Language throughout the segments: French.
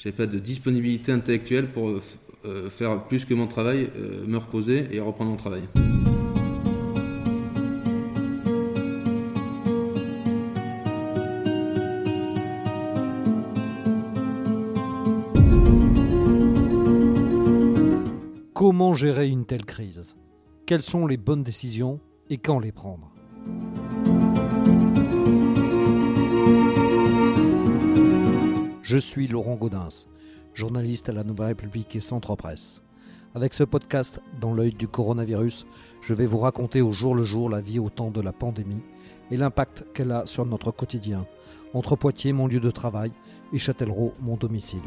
j'avais pas de disponibilité intellectuelle pour faire plus que mon travail, me reposer et reprendre mon travail. Comment gérer une telle crise ? Quelles sont les bonnes décisions et quand les prendre ? Je suis Laurent Gaudens, journaliste à la Nouvelle République et Centre Presse. Avec ce podcast, dans l'œil du coronavirus, je vais vous raconter au jour le jour la vie au temps de la pandémie et l'impact qu'elle a sur notre quotidien, entre Poitiers, mon lieu de travail, et Châtellerault, mon domicile.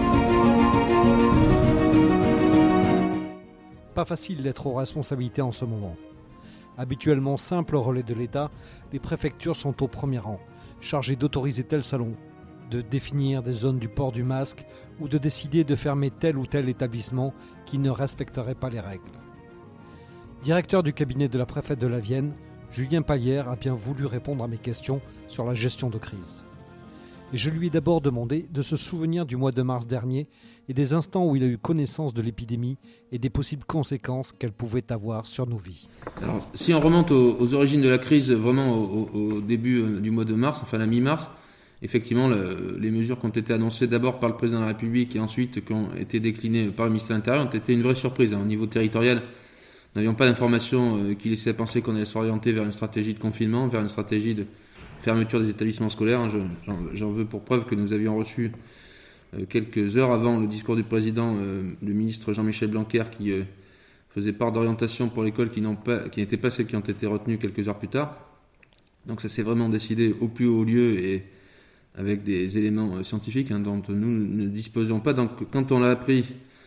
Pas facile d'être aux responsabilités en ce moment. Habituellement simple relais de l'État, les préfectures sont au premier rang, chargées d'autoriser tel salon, de définir des zones du port du masque ou de décider de fermer tel ou tel établissement qui ne respecterait pas les règles. Directeur du cabinet de la préfète de la Vienne, Julien Pallière a bien voulu répondre à mes questions sur la gestion de crise. Et je lui ai d'abord demandé de se souvenir du mois de mars dernier et des instants où il a eu connaissance de l'épidémie et des possibles conséquences qu'elle pouvait avoir sur nos vies. Alors, si on remonte aux origines de la crise, vraiment au début du mois de mars, enfin la mi-mars, effectivement, les mesures qui ont été annoncées d'abord par le président de la République et ensuite qui ont été déclinées par le ministère de l'Intérieur ont été une vraie surprise. Au niveau territorial, nous n'avions pas d'informations qui laissaient penser qu'on allait s'orienter vers une stratégie de confinement, vers une stratégie de fermeture des établissements scolaires. J'en veux pour preuve que nous avions reçu quelques heures avant le discours du président, le ministre Jean-Michel Blanquer qui faisait part d'orientations pour l'école qui n'étaient pas celles qui ont été retenues quelques heures plus tard. Donc ça s'est vraiment décidé au plus haut lieu et avec des éléments scientifiques dont nous ne disposions pas. Donc quand on l'a appris,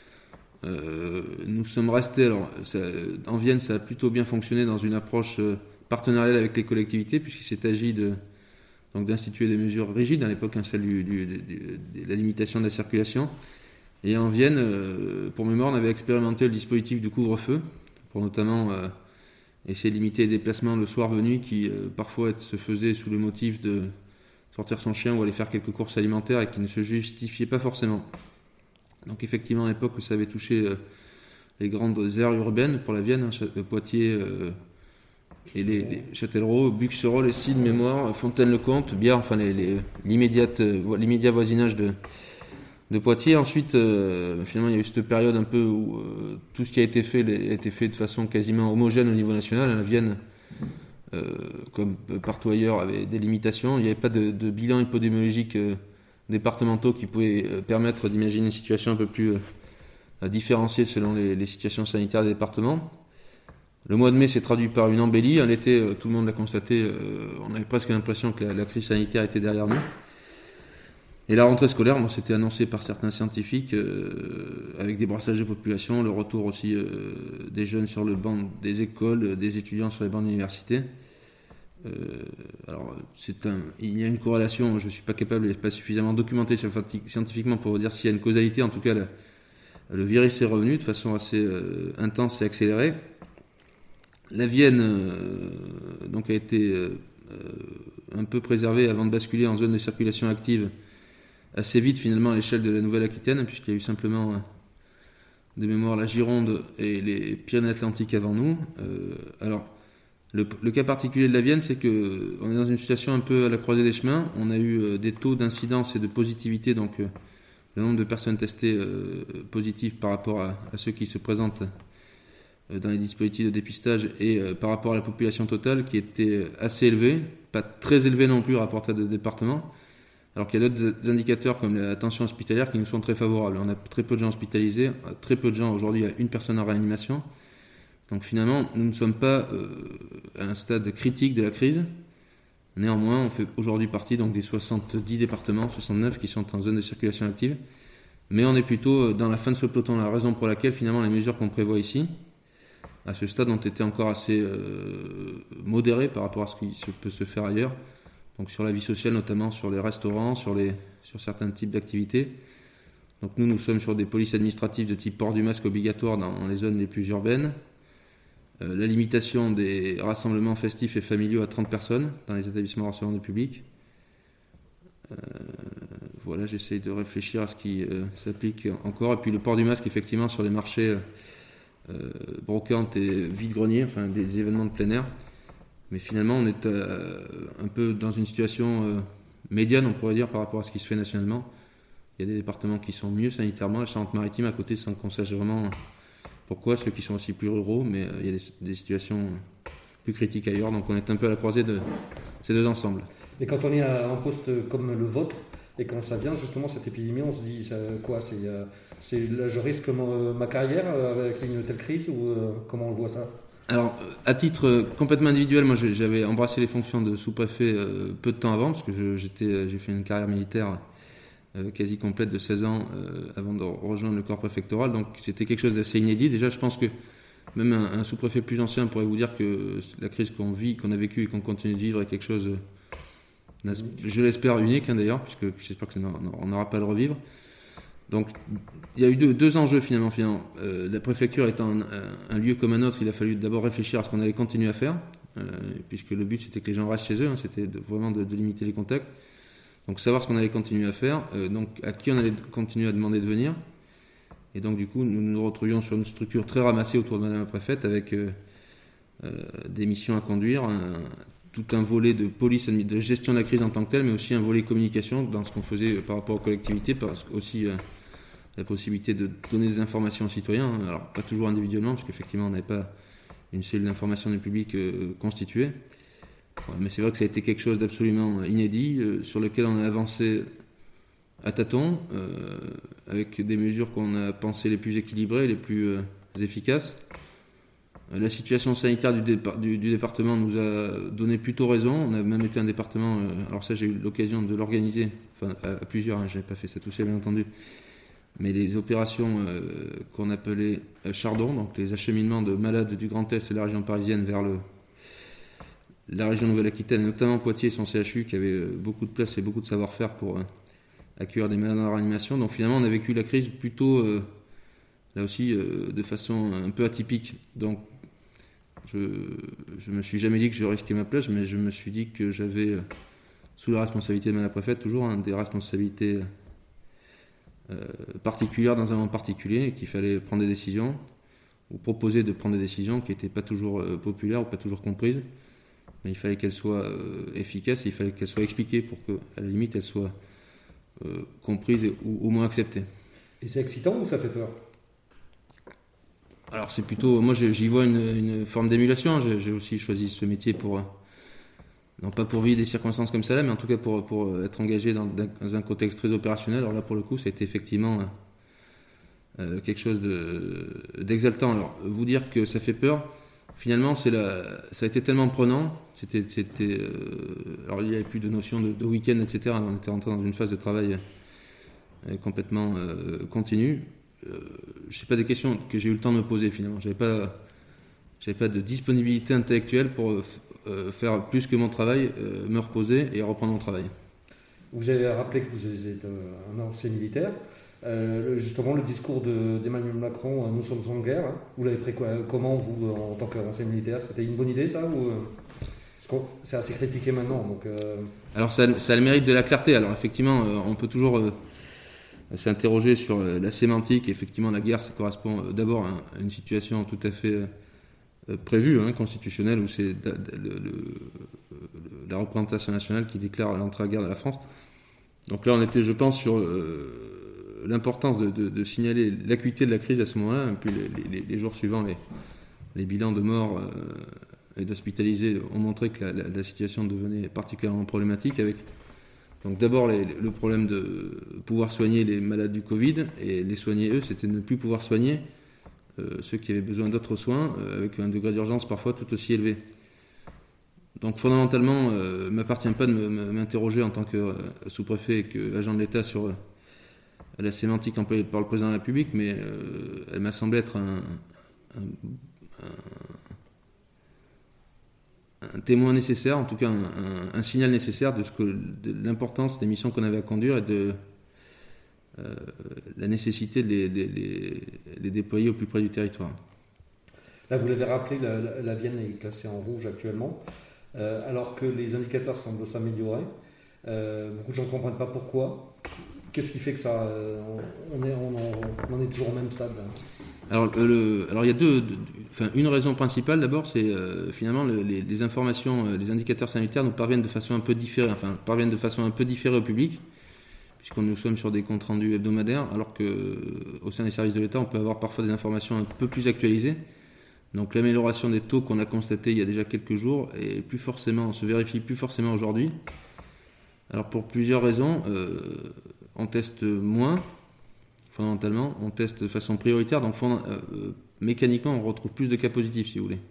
nous sommes restés. Alors en Vienne, ça a plutôt bien fonctionné dans une approche partenariale avec les collectivités, puisqu'il s'est agi d'instituer des mesures rigides à l'époque, celle de la limitation de la circulation. Et en Vienne, pour mémoire, on avait expérimenté le dispositif du couvre-feu pour notamment essayer de limiter les déplacements le soir venu qui parfois se faisaient sous le motif de sortir son chien ou aller faire quelques courses alimentaires et qui ne se justifiaient pas forcément. Donc effectivement, à l'époque, ça avait touché les grandes aires urbaines pour la Vienne, Poitiers et les Châtellerault, Buxerolles, les Cides, Mémoire, Fontaine-le-Comte, Biard, enfin l'immédiat voisinage de Poitiers. Ensuite, finalement, il y a eu cette période un peu où tout ce qui a été fait de façon quasiment homogène au niveau national. La Vienne, comme partout ailleurs, avait des limitations. Il n'y avait pas de bilan épidémiologique départementaux qui pouvaient permettre d'imaginer une situation un peu plus différenciée selon les situations sanitaires des départements. Le mois de mai s'est traduit par une embellie. En été, tout le monde l'a constaté, on avait presque l'impression que la crise sanitaire était derrière nous. Et la rentrée scolaire, c'était annoncé par certains scientifiques, avec des brassages de population, le retour aussi des jeunes sur le banc des écoles, des étudiants sur les bancs d'université. Alors, il y a une corrélation, je ne suis pas capable, pas suffisamment documenté scientifiquement pour vous dire s'il y a une causalité. En tout cas, le virus est revenu de façon assez intense et accélérée. La Vienne donc a été un peu préservée avant de basculer en zone de circulation active assez vite finalement à l'échelle de la Nouvelle-Aquitaine, puisqu'il y a eu simplement de mémoire la Gironde et les Pyrénées-Atlantiques avant nous. Alors le cas particulier de la Vienne, c'est que on est dans une situation un peu à la croisée des chemins. On a eu des taux d'incidence et de positivité, donc le nombre de personnes testées positives par rapport à ceux qui se présentent dans les dispositifs de dépistage et par rapport à la population totale qui était assez élevée, pas très élevée non plus rapporté à d'autres départements, alors qu'il y a d'autres indicateurs comme la tension hospitalière qui nous sont très favorables. On a très peu de gens hospitalisés, très peu de gens aujourd'hui, il y a une personne en réanimation. Donc finalement, nous ne sommes pas à un stade critique de la crise. Néanmoins, on fait aujourd'hui partie donc des 70 départements, 69 qui sont en zone de circulation active. Mais on est plutôt dans la fin de ce peloton. La raison pour laquelle finalement les mesures qu'on prévoit ici, à ce stade, ont été encore assez modérées par rapport à ce qui peut se faire ailleurs. Donc sur la vie sociale, notamment sur les restaurants, sur certains types d'activités. Donc nous sommes sur des polices administratives de type port du masque obligatoire dans les zones les plus urbaines. La limitation des rassemblements festifs et familiaux à 30 personnes dans les établissements recevant du public. voilà, j'essaye de réfléchir à ce qui s'applique encore. Et puis le port du masque, effectivement, sur les marchés brocantes et vide-greniers, enfin des événements de plein air. Mais finalement, on est un peu dans une situation médiane, on pourrait dire, par rapport à ce qui se fait nationalement. Il y a des départements qui sont mieux sanitairement, la Charente-Maritime à côté, sans qu'on sache vraiment pourquoi, ceux qui sont aussi plus ruraux, mais il y a des situations plus critiques ailleurs. Donc on est un peu à la croisée de ces deux ensembles. Et quand on est à un poste comme le vôtre, et quand ça vient justement cette épidémie, on se dit quoi, c'est là, je risque ma carrière avec une telle crise, ou comment on voit ça? Alors, à titre complètement individuel, moi j'avais embrassé les fonctions de sous-préfet peu de temps avant, parce que j'ai fait une carrière militaire quasi complète de 16 ans avant de rejoindre le corps préfectoral, donc c'était quelque chose d'assez inédit. Déjà, je pense que même un sous-préfet plus ancien pourrait vous dire que la crise qu'on a vécue et qu'on continue de vivre est quelque chose, je l'espère, unique d'ailleurs, puisque j'espère qu'on n'aura pas à le revivre. Donc, il y a eu deux enjeux finalement. La préfecture étant un lieu comme un autre, il a fallu d'abord réfléchir à ce qu'on allait continuer à faire, puisque le but c'était que les gens restent chez eux, c'était vraiment de limiter les contacts. Donc savoir ce qu'on allait continuer à faire, donc à qui on allait continuer à demander de venir. Et donc du coup, nous nous retrouvions sur une structure très ramassée autour de Madame la Préfète, avec des missions à conduire, tout un volet de police, de gestion de la crise en tant que telle, mais aussi un volet communication dans ce qu'on faisait par rapport aux collectivités, parce qu'aussi la possibilité de donner des informations aux citoyens, alors pas toujours individuellement, parce qu'effectivement on n'avait pas une cellule d'information du public constituée. Ouais, mais c'est vrai que ça a été quelque chose d'absolument inédit, sur lequel on a avancé à tâtons, avec des mesures qu'on a pensées les plus équilibrées, les plus efficaces. La situation sanitaire du département nous a donné plutôt raison. On a même été un département, alors ça j'ai eu l'occasion de l'organiser, enfin à plusieurs, je n'avais pas fait ça tout seul bien entendu, mais les opérations qu'on appelait Chardon, donc les acheminements de malades du Grand Est et de la région parisienne vers la région Nouvelle-Aquitaine, notamment Poitiers et son CHU, qui avait beaucoup de place et beaucoup de savoir-faire pour accueillir des malades en réanimation. Donc finalement, on a vécu la crise plutôt, là aussi, de façon un peu atypique. Donc je me suis jamais dit que je risquais ma place, mais je me suis dit que j'avais, sous la responsabilité de Madame la Préfète, toujours des responsabilités particulières dans un moment particulier, et qu'il fallait prendre des décisions, ou proposer de prendre des décisions qui n'étaient pas toujours populaires ou pas toujours comprises. Mais il fallait qu'elle soit efficace, et il fallait qu'elle soit expliquée pour qu'à la limite elle soit comprise ou au moins acceptée. Et c'est excitant ou ça fait peur? Alors c'est plutôt, moi j'y vois une forme d'émulation. J'ai aussi choisi ce métier pour, non pas pour vivre des circonstances comme ça là, mais en tout cas pour être engagé dans un contexte très opérationnel. Alors là pour le coup ça a été effectivement quelque chose d'exaltant. Alors vous dire que ça fait peur, finalement, ça a été tellement prenant. Alors, il n'y avait plus de notion de week-end, etc. On était rentré dans une phase de travail complètement continue. Je pas des questions que j'ai eu le temps de me poser, finalement. J'avais pas de disponibilité intellectuelle pour faire plus que mon travail, me reposer et reprendre mon travail. Vous avez rappelé que vous êtes un ancien militaire. Justement, le discours d'Emmanuel Macron, nous sommes en guerre, hein. Vous l'avez pris comment, vous, en tant qu'ancien militaire? C'était une bonne idée, ça, ou parce que c'est assez critiqué maintenant, donc Alors, ça a le mérite de la clarté. Alors, effectivement, on peut toujours s'interroger sur la sémantique. Effectivement, la guerre, ça correspond d'abord à une situation tout à fait prévue, constitutionnelle, où c'est la représentation nationale qui déclare l'entrée à guerre de la France. Donc là, on était, je pense, sur l'importance de signaler l'acuité de la crise à ce moment-là. Et puis les jours suivants, les bilans de morts et d'hospitalisés ont montré que la situation devenait particulièrement problématique, avec donc d'abord le problème de pouvoir soigner les malades du Covid, et les soigner eux, c'était ne plus pouvoir soigner ceux qui avaient besoin d'autres soins, avec un degré d'urgence parfois tout aussi élevé. Donc fondamentalement, il ne m'appartient pas de m'interroger en tant que sous-préfet et qu'agent de l'État sur la sémantique employée par le président de la République, mais elle m'a semblé être un témoin nécessaire, en tout cas un signal nécessaire de l'importance des missions qu'on avait à conduire et de la nécessité de les déployer au plus près du territoire. Là, vous l'avez rappelé, la Vienne est classée en rouge actuellement, alors que les indicateurs semblent s'améliorer. Beaucoup de gens ne comprennent pas pourquoi. Qu'est-ce qui fait que ça, on en est toujours au même stade là? Alors il y a une raison principale d'abord, c'est finalement les informations, les indicateurs sanitaires nous parviennent de façon un peu différée, au public, puisqu'on nous sommes sur des comptes rendus hebdomadaires, alors que au sein des services de l'État, on peut avoir parfois des informations un peu plus actualisées. Donc l'amélioration des taux qu'on a constatée il y a déjà quelques jours se vérifie plus forcément aujourd'hui. Alors pour plusieurs raisons, on teste moins. Fondamentalement, on teste de façon prioritaire, donc mécaniquement, on retrouve plus de cas positifs, si vous voulez.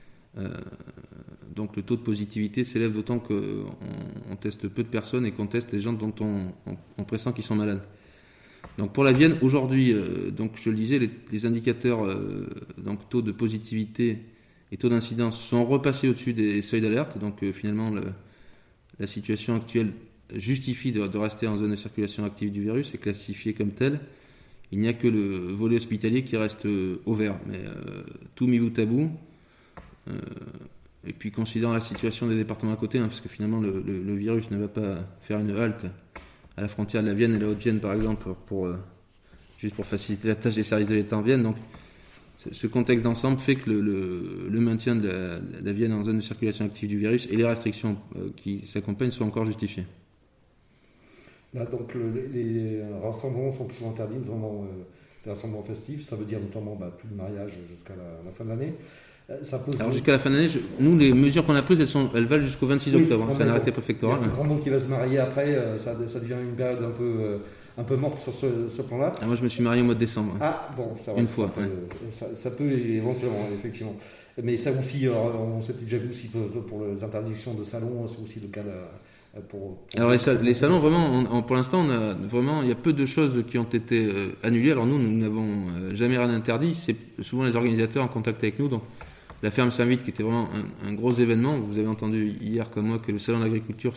Donc le taux de positivité s'élève d'autant qu'on teste peu de personnes et qu'on teste les gens dont on pressent qu'ils sont malades. Donc pour la Vienne, aujourd'hui, donc je le disais, les indicateurs, donc taux de positivité et taux d'incidence sont repassés au-dessus des seuils d'alerte. Donc finalement, la situation actuelle justifie de rester en zone de circulation active du virus et classifié comme tel. Il n'y a que le volet hospitalier qui reste au vert. Mais tout mis bout à bout, et puis considérant la situation des départements à côté, parce que finalement le virus ne va pas faire une halte à la frontière de la Vienne et la Haute-Vienne par exemple, juste pour faciliter la tâche des services de l'État en Vienne. Donc ce contexte d'ensemble fait que le maintien de la Vienne en zone de circulation active du virus et les restrictions qui s'accompagnent sont encore justifiées. Là, donc les rassemblements sont toujours interdits, notamment les rassemblements festifs. Ça veut dire notamment plus de mariage jusqu'à la fin de l'année. Alors jusqu'à la fin de l'année, nous les mesures qu'on a prises, elles valent jusqu'au 26 octobre. C'est un arrêté préfectoral. Il y a un grand monde qui va se marier après, ça devient une période un peu morte sur ce plan-là. Moi je me suis marié au mois de décembre. Ah bon, ça va. Une fois. Ça peut éventuellement, effectivement. Mais ça aussi, on s'est déjà vu aussi pour les interdictions de salons, c'est aussi le cas Alors les salons, vraiment, pour l'instant, il y a peu de choses qui ont été annulées. Alors nous n'avons jamais rien interdit. C'est souvent les organisateurs en contact avec nous. Donc la ferme Saint-Vite, qui était vraiment un gros événement. Vous avez entendu hier comme moi que le salon d'agriculture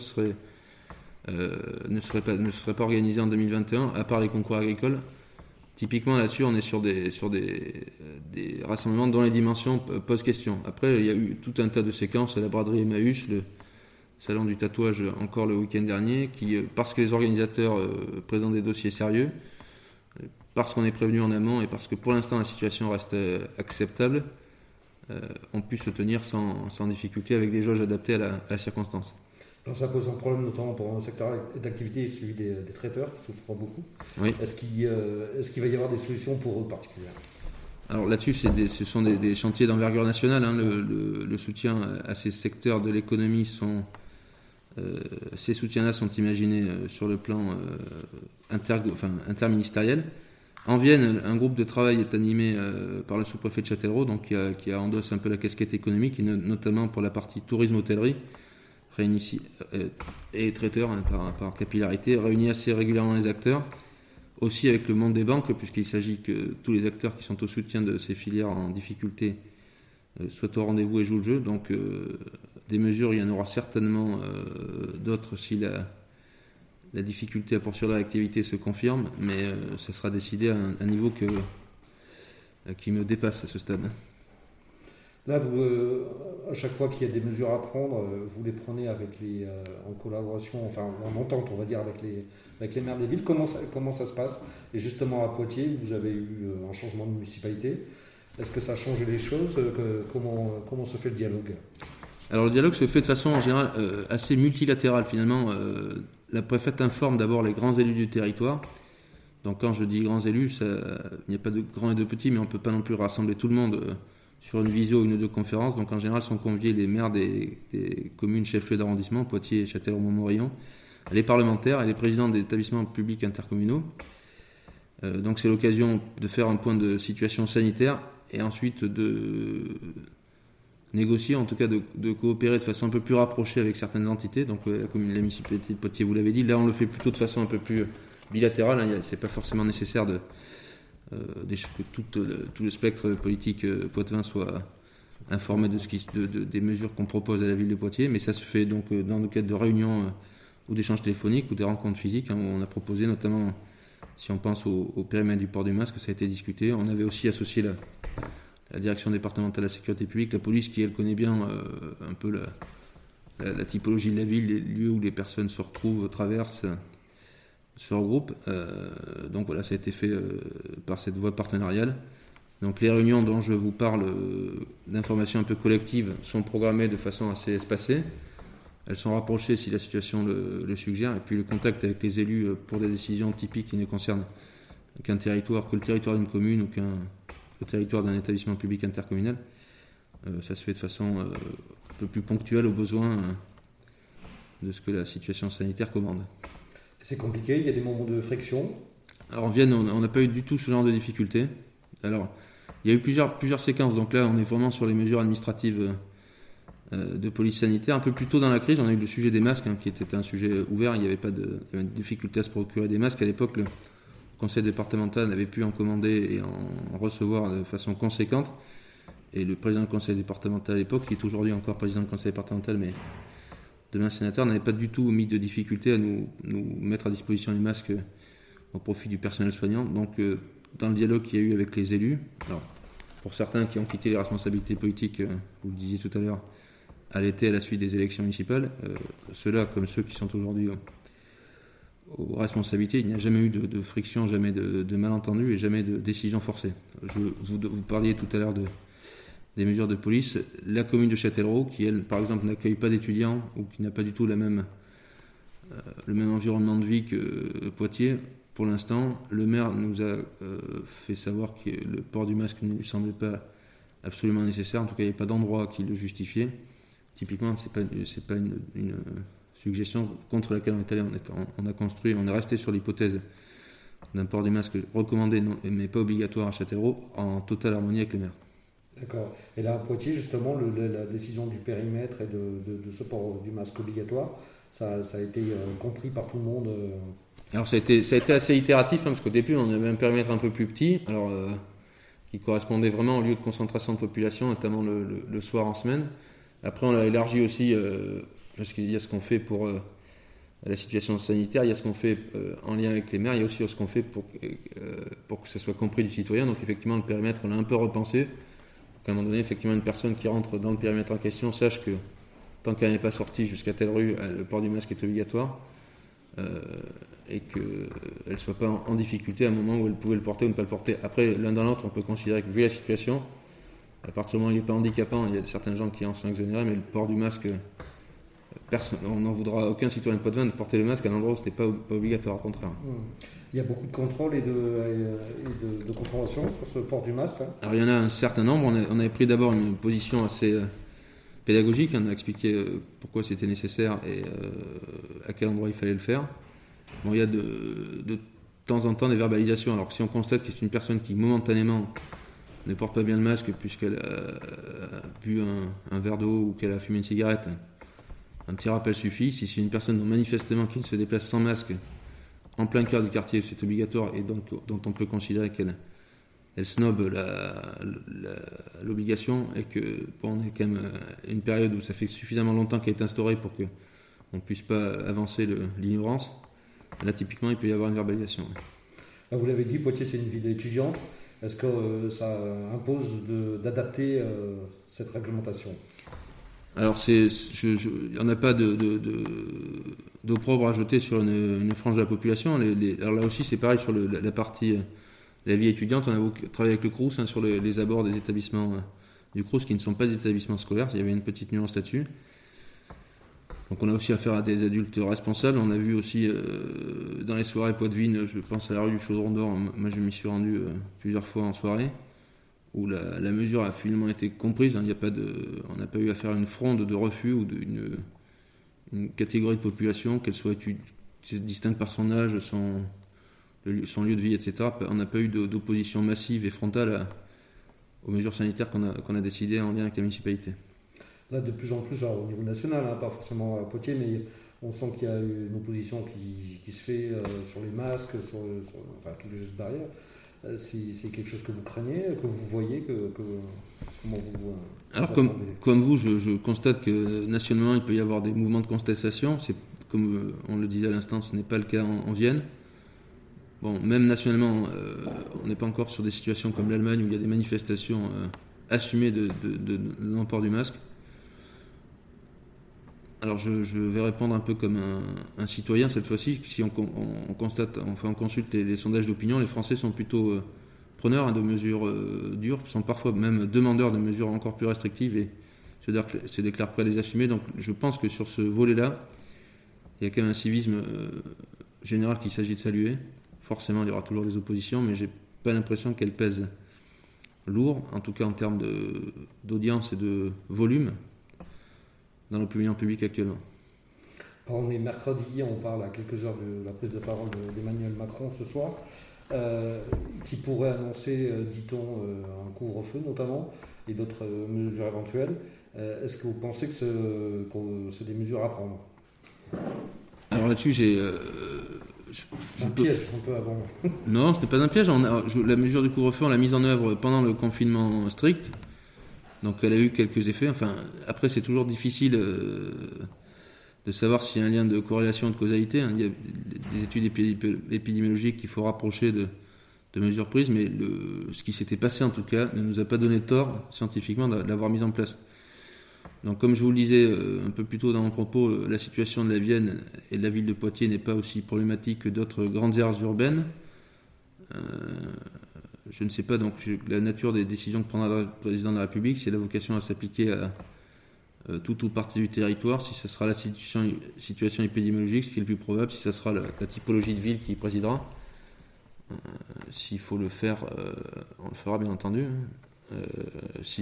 ne serait pas organisé en 2021, à part les concours agricoles. Typiquement là-dessus, on est sur des rassemblements dont les dimensions posent question. Après, il y a eu tout un tas de séquences, la braderie Emmaüs, le salon du tatouage encore le week-end dernier, qui, parce que les organisateurs présentent des dossiers sérieux, parce qu'on est prévenu en amont et parce que pour l'instant la situation reste acceptable, ont pu se tenir sans difficulté avec des jauges adaptées à la circonstance. Alors ça pose un problème notamment pour un secteur d'activité, celui des traiteurs qui souffrent beaucoup. Oui. Est-ce qu'il va y avoir des solutions pour eux particulières ? Alors là-dessus, ce sont des chantiers d'envergure nationale. Le soutien à ces secteurs de l'économie ces soutiens-là sont imaginés sur le plan interministériel. En Vienne, un groupe de travail est animé par le sous-préfet de Châtellerault, donc qui endosse un peu la casquette économique, et notamment pour la partie tourisme-hôtellerie, et traiteurs par capillarité, réunit assez régulièrement les acteurs, aussi avec le monde des banques, puisqu'il s'agit que tous les acteurs qui sont au soutien de ces filières en difficulté soient au rendez-vous et jouent le jeu. Donc des mesures, il y en aura certainement d'autres si la difficulté à poursuivre l'activité se confirme, mais ça sera décidé à un niveau qui me dépasse à ce stade. Là, à chaque fois qu'il y a des mesures à prendre, vous les prenez en collaboration, en entente, on va dire, avec les maires des villes. Comment ça se passe ? Et justement, à Poitiers, vous avez eu un changement de municipalité. Est-ce que ça a changé les choses ? Comment se fait le dialogue ? Alors, le dialogue se fait de façon, en général, assez multilatérale, finalement. La préfète informe d'abord les grands élus du territoire. Donc, quand je dis grands élus, il n'y a pas de grands et de petits, mais on ne peut pas non plus rassembler tout le monde sur une visio, une ou deux conférences. Donc en général sont conviés les maires des communes chefs-lieux d'arrondissement, Poitiers, Châtellerault, Montmorillon, les parlementaires et les présidents des établissements publics intercommunaux. Donc c'est l'occasion de faire un point de situation sanitaire et ensuite de négocier, en tout cas de coopérer de façon un peu plus rapprochée avec certaines entités. Donc la municipalité de Poitiers, vous l'avez dit, là on le fait plutôt de façon un peu plus bilatérale. C'est pas forcément nécessaire que tout le spectre politique poitevin soit informé des mesures qu'on propose à la ville de Poitiers, mais ça se fait donc dans le cadre de réunions ou d'échanges téléphoniques ou des rencontres physiques, où on a proposé notamment, si on pense au périmètre du port du masque, ça a été discuté. On avait aussi associé la direction départementale de la sécurité publique, la police qui elle connaît bien un peu la typologie de la ville, les lieux où les personnes se retrouvent, traversent, se regroupent. Donc voilà, ça a été fait par cette voie partenariale. Donc les réunions dont je vous parle d'informations un peu collectives sont programmées de façon assez espacée. Elles sont rapprochées si la situation le suggère. Et puis le contact avec les élus pour des décisions typiques qui ne concernent qu'un territoire, que le territoire d'une commune ou le territoire d'un établissement public intercommunal, ça se fait de façon un peu plus ponctuelle aux besoins de ce que la situation sanitaire commande. C'est compliqué, il y a des moments de friction. Alors en Vienne, on n'a pas eu du tout ce genre de difficultés. Alors, il y a eu plusieurs séquences. Donc là, on est vraiment sur les mesures administratives de police sanitaire. Un peu plus tôt dans la crise, on a eu le sujet des masques, qui était un sujet ouvert. Il y avait de difficulté à se procurer des masques. À l'époque, le conseil départemental avait pu en commander et en recevoir de façon conséquente. Et le président du conseil départemental à l'époque, qui est aujourd'hui encore président du conseil départemental, mais demain sénateur, n'avait pas du tout mis de difficulté à nous mettre à disposition les masques au profit du personnel soignant. Donc, dans le dialogue qu'il y a eu avec les élus, alors, pour certains qui ont quitté les responsabilités politiques, vous le disiez tout à l'heure, à l'été à la suite des élections municipales, ceux-là, comme ceux qui sont aujourd'hui aux responsabilités, il n'y a jamais eu de friction, jamais de malentendus et jamais de décision forcée. Vous parliez tout à l'heure des mesures de police. La commune de Châtellerault, qui elle, par exemple, n'accueille pas d'étudiants ou qui n'a pas du tout le même environnement de vie que Poitiers, pour l'instant, le maire nous a fait savoir que le port du masque ne lui semblait pas absolument nécessaire. En tout cas, il n'y avait pas d'endroit qui le justifiait. Typiquement, c'est pas une suggestion contre laquelle on est allé. On est resté sur l'hypothèse d'un port du masque recommandé, mais pas obligatoire à Châtellerault, en totale harmonie avec le maire. D'accord. Et là, à Poitiers, justement, la décision du périmètre et de ce port du masque obligatoire, ça a été compris par tout le monde. Alors ça a été assez itératif, parce qu'au début on avait un périmètre un peu plus petit, qui correspondait vraiment au lieu de concentration de population, notamment le soir en semaine. Après on l'a élargi aussi, parce qu'il y a ce qu'on fait pour la situation sanitaire, il y a ce qu'on fait en lien avec les maires, il y a aussi ce qu'on fait pour que ça soit compris du citoyen. Donc effectivement le périmètre on l'a un peu repensé, pour qu'à un moment donné effectivement une personne qui rentre dans le périmètre en question sache que tant qu'elle n'est pas sortie jusqu'à telle rue, le port du masque est obligatoire. Et qu'elle ne soit pas en difficulté à un moment où elle pouvait le porter ou ne pas le porter. Après, l'un dans l'autre, on peut considérer que vu la situation, à partir du moment où il n'est pas handicapant, il y a certains gens qui en sont exonérés, mais le port du masque, on n'en voudra aucun citoyen de Poitvin de porter le masque à un endroit où ce n'est pas obligatoire, au contraire. Il y a beaucoup de contrôles et de compréhension sur ce port du masque. Alors il y en a un certain nombre. On avait pris d'abord une position assez pédagogique. On a expliqué pourquoi c'était nécessaire et à quel endroit il fallait le faire. Bon, il y a de temps en temps des verbalisations. Alors si on constate que c'est une personne qui momentanément ne porte pas bien le masque puisqu'elle a bu un verre d'eau ou qu'elle a fumé une cigarette, un petit rappel suffit. Si c'est une personne manifestement qui se déplace sans masque en plein cœur du quartier, c'est obligatoire et donc dont on peut considérer qu'elle snobe l'obligation et que on est quand même une période où ça fait suffisamment longtemps qu'elle est instaurée pour qu'on ne puisse pas avancer l'ignorance. Là, typiquement, il peut y avoir une verbalisation. Vous l'avez dit, Poitiers, c'est une ville étudiante. Est-ce que ça impose d'adapter cette réglementation ? Alors, il n'y en a pas d'opprobre à jeter sur une frange de la population. Alors là aussi, c'est pareil sur la partie la vie étudiante. On a travaillé avec le Crous sur les abords des établissements du Crous qui ne sont pas des établissements scolaires. Il y avait une petite nuance là-dessus. Donc on a aussi affaire à des adultes responsables. On a vu aussi dans les soirées Poitevin, je pense à la rue du Chaudron d'Or, moi je m'y suis rendu plusieurs fois en soirée, où la mesure a finalement été comprise. On n'a pas eu affaire à une fronde de refus ou une catégorie de population, qu'elle soit distincte par son âge, son lieu de vie, etc. On n'a pas eu d'opposition massive et frontale aux mesures sanitaires qu'on a décidées en lien avec la municipalité. Là, de plus en plus, alors, au niveau national, pas forcément à Poitiers, mais on sent qu'il y a une opposition qui se fait sur les masques, sur tous les gestes barrières. C'est quelque chose que vous craignez, que vous voyez, comment vous... Alors, comme vous, je constate que nationalement, il peut y avoir des mouvements de contestation. C'est, comme on le disait à l'instant, ce n'est pas le cas en Vienne. Bon, même nationalement, on n'est pas encore sur des situations comme l'Allemagne où il y a des manifestations assumées de non-port du masque. Alors je vais répondre un peu comme un citoyen cette fois-ci. Si on constate, enfin on consulte les sondages d'opinion, les Français sont plutôt preneurs de mesures dures, sont parfois même demandeurs de mesures encore plus restrictives et se déclarent prêts à les assumer. Donc je pense que sur ce volet-là, il y a quand même un civisme général qu'il s'agit de saluer. Forcément, il y aura toujours des oppositions, mais j'ai pas l'impression qu'elles pèsent lourd, en tout cas en termes d'audience et de volume, dans l'opinion publique actuellement. Alors, on est mercredi, on parle à quelques heures de la prise de parole d'Emmanuel Macron ce soir, qui pourrait annoncer, dit-on, un couvre-feu notamment, et d'autres mesures éventuelles. Est-ce que vous pensez que c'est des mesures à prendre ? Alors là-dessus, un piège, un peu avant. Non, c'était pas un piège. La mesure du couvre-feu, on l'a mise en œuvre pendant le confinement strict. Donc elle a eu quelques effets. Enfin, après, c'est toujours difficile de savoir s'il y a un lien de corrélation, de causalité. Il y a des études épidémiologiques qu'il faut rapprocher de mesures prises, mais ce qui s'était passé en tout cas ne nous a pas donné tort scientifiquement de l'avoir mise en place. Donc comme je vous le disais un peu plus tôt dans mon propos, la situation de la Vienne et de la ville de Poitiers n'est pas aussi problématique que d'autres grandes aires urbaines. Je ne sais pas donc la nature des décisions que prendra le président de la République, si elle a vocation à s'appliquer à tout ou partie du territoire, si ce sera la situation épidémiologique, ce qui est le plus probable, si ce sera la typologie de ville qui présidera. S'il faut le faire, on le fera bien entendu. Si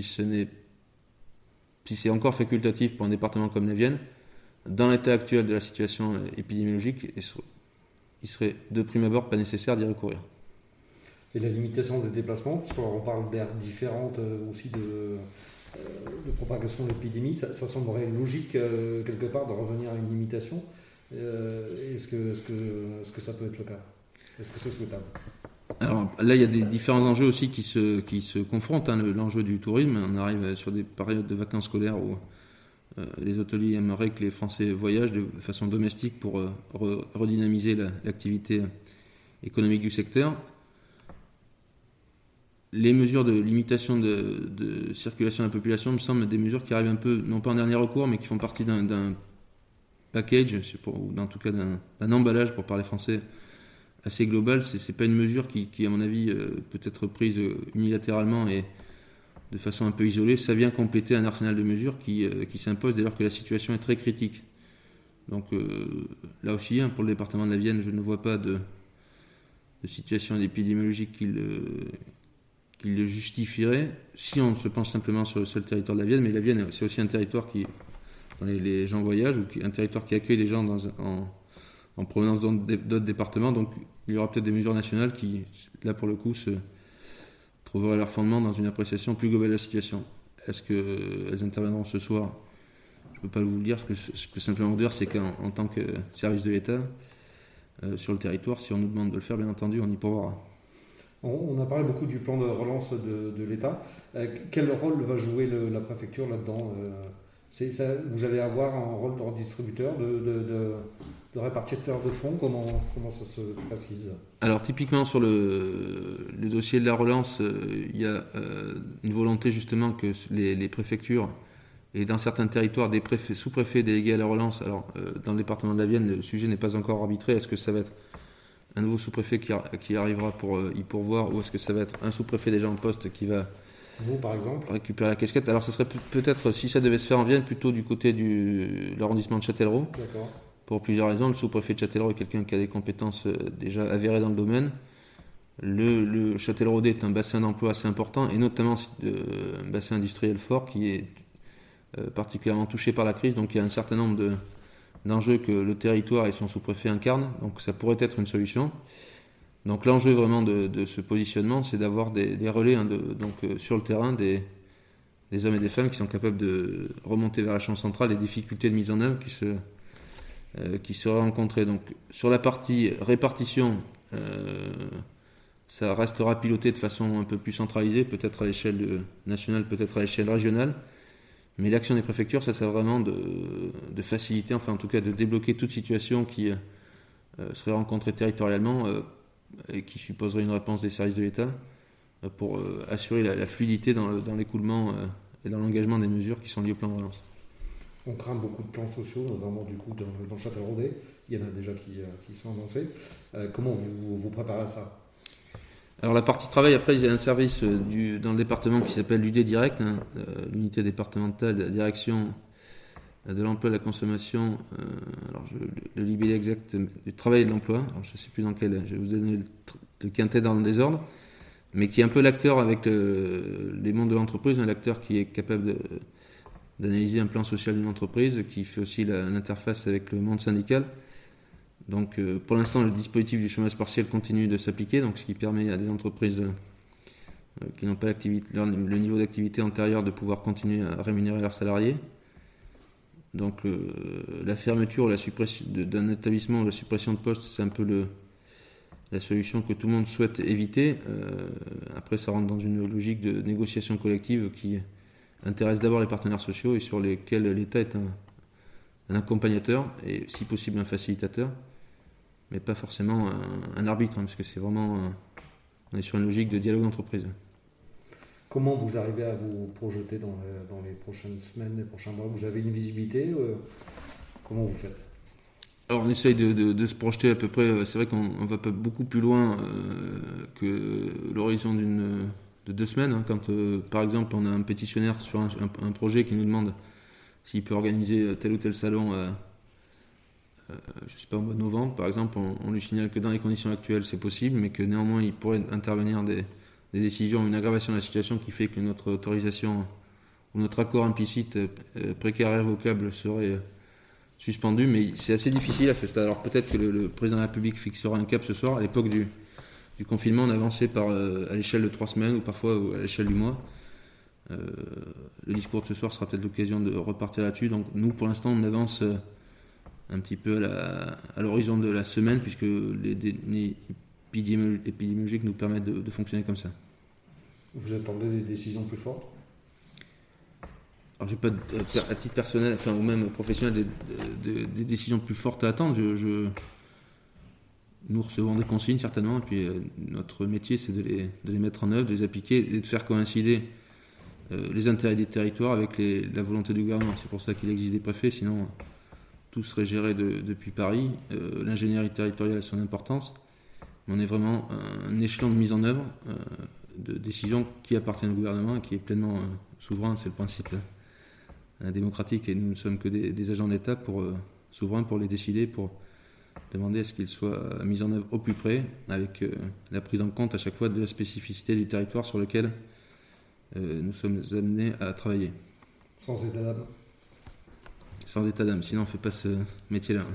c'est encore facultatif pour un département comme la Vienne, dans l'état actuel de la situation épidémiologique, il serait de prime abord pas nécessaire d'y recourir. Et la limitation des déplacements, parce qu'on parle d'aires différentes aussi de propagation de l'épidémie, ça semblerait logique quelque part de revenir à une limitation. Est-ce que ça peut être le cas ? Est-ce que c'est souhaitable ? Alors là, il y a des différents enjeux aussi qui se confrontent. L'enjeu du tourisme, on arrive sur des périodes de vacances scolaires où les hôteliers aimeraient que les Français voyagent de façon domestique pour redynamiser l'activité économique du secteur. Les mesures de limitation de circulation de la population me semblent des mesures qui arrivent un peu, non pas en dernier recours, mais qui font partie d'un package, ou en tout cas d'un emballage, pour parler français, assez global. C'est pas une mesure qui à mon avis, peut être prise unilatéralement et de façon un peu isolée. Ça vient compléter un arsenal de mesures qui s'impose dès lors que la situation est très critique. Donc là aussi, pour le département de la Vienne, je ne vois pas de situation épidémiologique qui le justifierait, si on se pense simplement sur le seul territoire de la Vienne. Mais la Vienne, c'est aussi un territoire dont les gens voyagent, ou un territoire qui accueille des gens en provenance d'autres départements. Donc il y aura peut-être des mesures nationales qui, là pour le coup, se trouveraient leur fondement dans une appréciation plus globale de la situation. Est-ce qu'elles interviendront ce soir ? Je ne peux pas vous le dire. Ce que je peux simplement vous dire, c'est qu'en tant que service de l'État, sur le territoire, si on nous demande de le faire, bien entendu, on y pourra. On a parlé beaucoup du plan de relance de l'État. Quel rôle va jouer la préfecture là-dedans ? Vous allez avoir un rôle de redistributeur, de répartiteur de fonds. Comment ça se précise ? Alors typiquement sur le dossier de la relance, il y a une volonté justement que les préfectures et dans certains territoires des sous-préfets délégués à la relance. Alors dans le département de la Vienne, le sujet n'est pas encore arbitré. Est-ce que ça va être un nouveau sous-préfet qui arrivera pour y pourvoir, ou est-ce que ça va être un sous-préfet déjà en poste qui va vous, par exemple, récupérer la casquette ? Alors, ce serait peut-être, si ça devait se faire en Vienne, plutôt du côté de l'arrondissement de Châtellerault. D'accord. Pour plusieurs raisons. Le sous-préfet de Châtellerault est quelqu'un qui a des compétences déjà avérées dans le domaine. Le Châtellerault est un bassin d'emploi assez important, et notamment un bassin industriel fort qui est particulièrement touché par la crise. Donc, il y a un certain nombre d'enjeux que le territoire et son sous-préfet incarnent. Donc, ça pourrait être une solution. Donc l'enjeu vraiment de ce positionnement, c'est d'avoir des relais sur le terrain, des hommes et des femmes qui sont capables de remonter vers la chambre centrale les difficultés de mise en œuvre qui seraient rencontrées. Donc sur la partie répartition, ça restera piloté de façon un peu plus centralisée, peut-être à l'échelle nationale, peut-être à l'échelle régionale. Mais l'action des préfectures, ça sert vraiment de faciliter, enfin en tout cas de débloquer toute situation qui serait rencontrée territorialement, et qui supposerait une réponse des services de l'État pour assurer la fluidité dans l'écoulement et dans l'engagement des mesures qui sont liées au plan de relance. On craint beaucoup de plans sociaux, notamment du coup dans Châtellerault. Il y en a déjà qui sont annoncés. Comment vous préparez à ça ? Alors la partie travail, après, il y a un service dans le département qui s'appelle l'UD Direct, l'unité départementale de la direction de l'emploi et de la consommation. Le libellé exact du travail et de l'emploi. Alors je ne sais plus dans quel, je vais vous donner le quintet dans le désordre, mais qui est un peu l'acteur avec les mondes de l'entreprise, l'acteur qui est capable d'analyser un plan social d'une entreprise, qui fait aussi l'interface avec le monde syndical. Donc pour l'instant, le dispositif du chômage partiel continue de s'appliquer, donc ce qui permet à des entreprises qui n'ont pas le niveau d'activité antérieur de pouvoir continuer à rémunérer leurs salariés. Donc la fermeture, la suppression d'un établissement, la suppression de postes, c'est un peu la solution que tout le monde souhaite éviter. Après, ça rentre dans une logique de négociation collective qui intéresse d'abord les partenaires sociaux et sur lesquels l'État est un accompagnateur et si possible un facilitateur, mais pas forcément un arbitre, parce que c'est vraiment, on est sur une logique de dialogue d'entreprise. Comment vous arrivez à vous projeter dans les prochaines semaines, les prochains mois ? Vous avez une visibilité ? Comment vous faites ? Alors on essaye de se projeter à peu près, c'est vrai qu'on ne va pas beaucoup plus loin que l'horizon de 2 semaines. Quand par exemple on a un pétitionnaire sur un projet qui nous demande s'il peut organiser tel ou tel salon, je sais pas, au mois de novembre par exemple, on lui signale que dans les conditions actuelles c'est possible, mais que néanmoins il pourrait intervenir des décisions, une aggravation de la situation qui fait que notre autorisation ou notre accord implicite précaire et révocable serait suspendu, mais c'est assez difficile à ce stade. Alors peut-être que le président de la République fixera un cap ce soir. À l'époque du confinement, on avançait à l'échelle de 3 semaines ou parfois à l'échelle du mois. Le discours de ce soir sera peut-être l'occasion de repartir là-dessus. Donc nous, pour l'instant, on avance un petit peu à l'horizon de la semaine, puisque les données épidémiologiques nous permettent de fonctionner comme ça. Vous attendez des décisions plus fortes ? Alors j'ai pas à titre personnel, ou même professionnel, des décisions plus fortes à attendre. Nous recevons des consignes certainement, et puis notre métier c'est de les mettre en œuvre, de les appliquer et de faire coïncider les intérêts des territoires avec la volonté du gouvernement. C'est pour ça qu'il existe des préfets, sinon tout serait géré depuis Paris. L'ingénierie territoriale a son importance, mais on est vraiment un échelon de mise en œuvre de décisions qui appartiennent au gouvernement et qui est pleinement souverain. C'est le principe démocratique, et nous ne sommes que des agents d'État souverains pour les décider, pour demander à ce qu'ils soient mis en œuvre au plus près, avec la prise en compte à chaque fois de la spécificité du territoire sur lequel nous sommes amenés à travailler. Sans état d'âme ? Sans état d'âme, sinon on ne fait pas ce métier-là.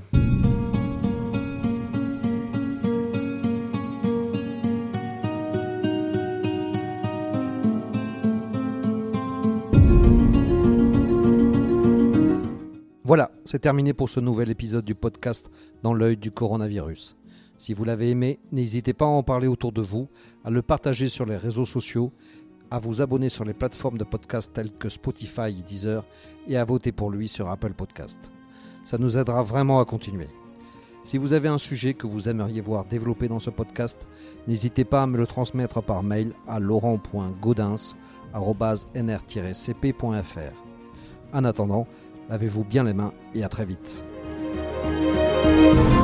Voilà, c'est terminé pour ce nouvel épisode du podcast Dans l'œil du coronavirus. Si vous l'avez aimé, n'hésitez pas à en parler autour de vous, à le partager sur les réseaux sociaux, à vous abonner sur les plateformes de podcast telles que Spotify et Deezer et à voter pour lui sur Apple Podcast. Ça nous aidera vraiment à continuer. Si vous avez un sujet que vous aimeriez voir développé dans ce podcast, n'hésitez pas à me le transmettre par mail à laurent.gaudens@nr-cp.fr. En attendant, lavez-vous bien les mains et à très vite.